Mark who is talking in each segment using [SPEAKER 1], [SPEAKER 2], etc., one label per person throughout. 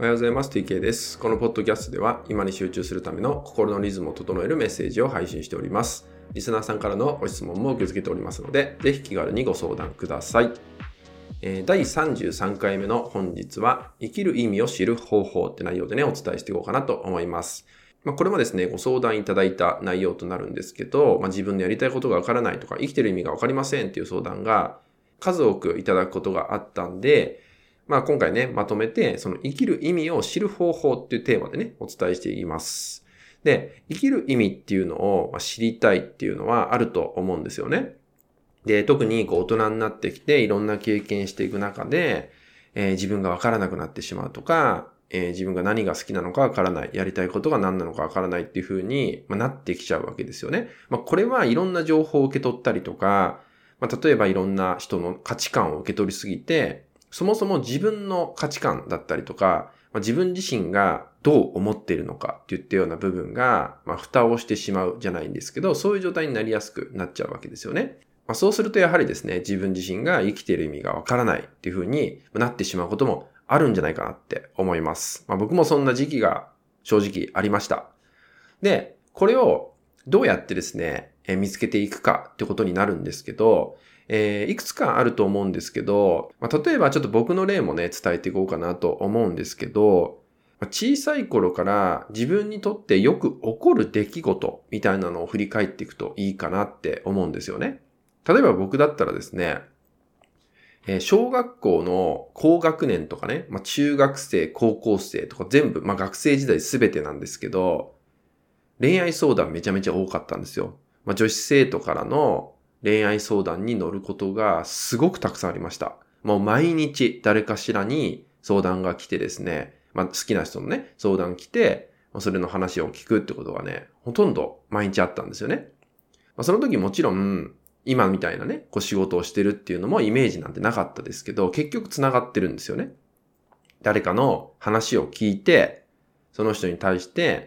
[SPEAKER 1] おはようございます。TK です。このポッドキャストでは今に集中するための心のリズムを整えるメッセージを配信しております。リスナーさんからのご質問も受け付けておりますので、ぜひ気軽にご相談ください。第33回目の本日は生きる意味を知る方法って内容でね、お伝えしていこうかなと思います。これもですね、ご相談いただいた内容となるんですけど、自分のやりたいことがわからないとか、生きてる意味がわかりませんっていう相談が数多くいただくことがあったんで、今回ね、まとめて、その生きる意味を知る方法っていうテーマでね、お伝えしていきます。で、生きる意味っていうのを知りたいっていうのはあると思うんですよね。で、特に大人になってきていろんな経験していく中で、自分がわからなくなってしまうとか、自分が何が好きなのかわからない、やりたいことが何なのかわからないっていう風に、なってきちゃうわけですよね。これはいろんな情報を受け取ったりとか、例えばいろんな人の価値観を受け取りすぎて、そもそも自分の価値観だったりとか、自分自身がどう思っているのかっていったような部分が、蓋をしてしまうじゃないんですけど、そういう状態になりやすくなっちゃうわけですよね。そうするとやはりですね、自分自身が生きている意味がわからないっていう風になってしまうこともあるんじゃないかなって思います。僕もそんな時期が正直ありました。で、これをどうやってですね、見つけていくかってことになるんですけど、いくつかあると思うんですけど、例えばちょっと僕の例もね、伝えていこうかなと思うんですけど、小さい頃から自分にとってよく起こる出来事みたいなのを振り返っていくといいかなって思うんですよね。例えば僕だったらですね、小学校の高学年とかね、中学生、高校生とか全部、学生時代すべてなんですけど、恋愛相談めちゃめちゃ多かったんですよ。女子生徒からの恋愛相談に乗ることがすごくたくさんありました。もう毎日誰かしらに相談が来てですね、好きな人のね、相談来て、それの話を聞くってことがね、ほとんど毎日あったんですよね。その時もちろん、今みたいなね、仕事をしてるっていうのもイメージなんてなかったですけど、結局繋がってるんですよね。誰かの話を聞いて、その人に対して、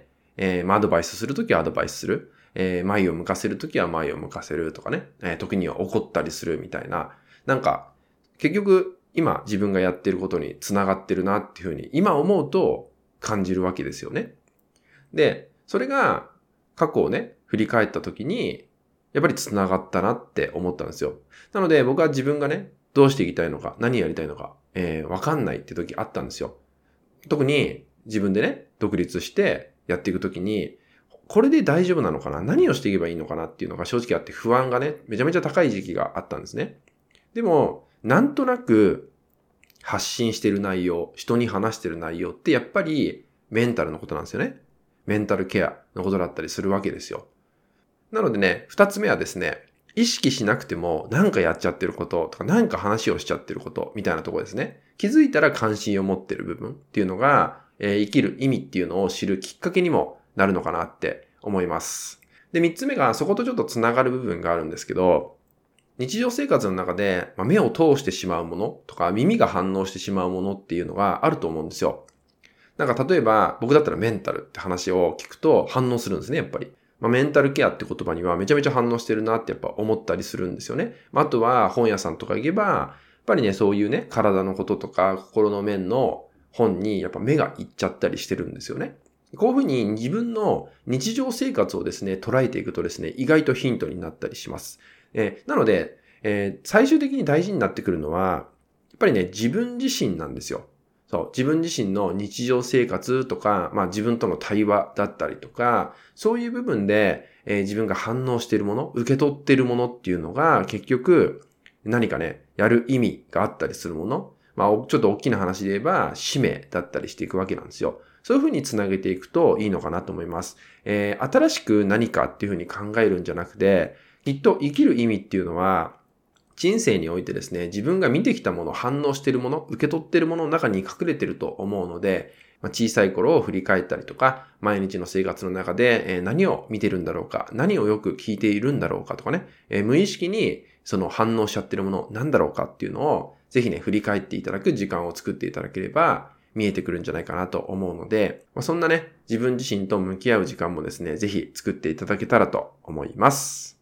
[SPEAKER 1] アドバイスするときはアドバイスする。前を向かせるときは前を向かせるとかね。時には怒ったりするみたいな。結局、今自分がやってることに繋がってるなっていうふうに、今思うと感じるわけですよね。で、それが過去をね、振り返ったときに、やっぱり繋がったなって思ったんですよ。なので僕は自分がね、どうしていきたいのか、何やりたいのか、わかんないって時あったんですよ。特に自分でね、独立してやっていくときに、これで大丈夫なのかな？何をしていけばいいのかなっていうのが正直あって不安がね、めちゃめちゃ高い時期があったんですね。でも、なんとなく発信してる内容、人に話してる内容ってやっぱりメンタルのことなんですよね。メンタルケアのことだったりするわけですよ。なのでね、二つ目はですね、意識しなくても何かやっちゃってることとか何か話をしちゃってることみたいなところですね。気づいたら関心を持ってる部分っていうのが、生きる意味っていうのを知るきっかけにもなるのかなって思います。で、三つ目がそことちょっとつながる部分があるんですけど、日常生活の中で、目を通してしまうものとか耳が反応してしまうものっていうのがあると思うんですよ。例えば僕だったらメンタルって話を聞くと反応するんですね、やっぱり。メンタルケアって言葉にはめちゃめちゃ反応してるなってやっぱ思ったりするんですよね。あとは本屋さんとか行けば、やっぱりね、そういうね、体のこととか心の面の本にやっぱ目がいっちゃったりしてるんですよね。こういうふうに自分の日常生活をですね、捉えていくとですね、意外とヒントになったりします。なので、最終的に大事になってくるのは、やっぱりね、自分自身なんですよ。自分自身の日常生活とか、自分との対話だったりとか、そういう部分で、自分が反応しているもの、受け取っているものっていうのが、結局、何かね、やる意味があったりするもの、ちょっと大きな話で言えば、使命だったりしていくわけなんですよ。そういうふうにつなげていくといいのかなと思います。新しく何かっていうふうに考えるんじゃなくて、きっと生きる意味っていうのは、人生においてですね、自分が見てきたもの、反応しているもの、受け取っているものの中に隠れていると思うので、小さい頃を振り返ったりとか、毎日の生活の中で何を見てるんだろうか、何をよく聞いているんだろうかとかね、無意識にその反応しちゃってるもの、なんだろうかっていうのを、ぜひね、振り返っていただく時間を作っていただければ、見えてくるんじゃないかなと思うので、そんなね、自分自身と向き合う時間もですね、ぜひ作っていただけたらと思います。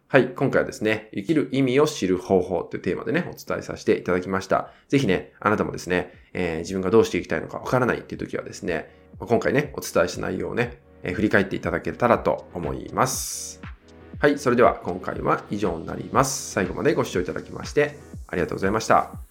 [SPEAKER 1] はい、今回はですね、生きる意味を知る方法というテーマでね、お伝えさせていただきました。ぜひね、あなたもですね、自分がどうしていきたいのかわからないっていう時はですね、今回ね、お伝えした内容をね、振り返っていただけたらと思います。はい、それでは今回は以上になります。最後までご視聴いただきましてありがとうございました。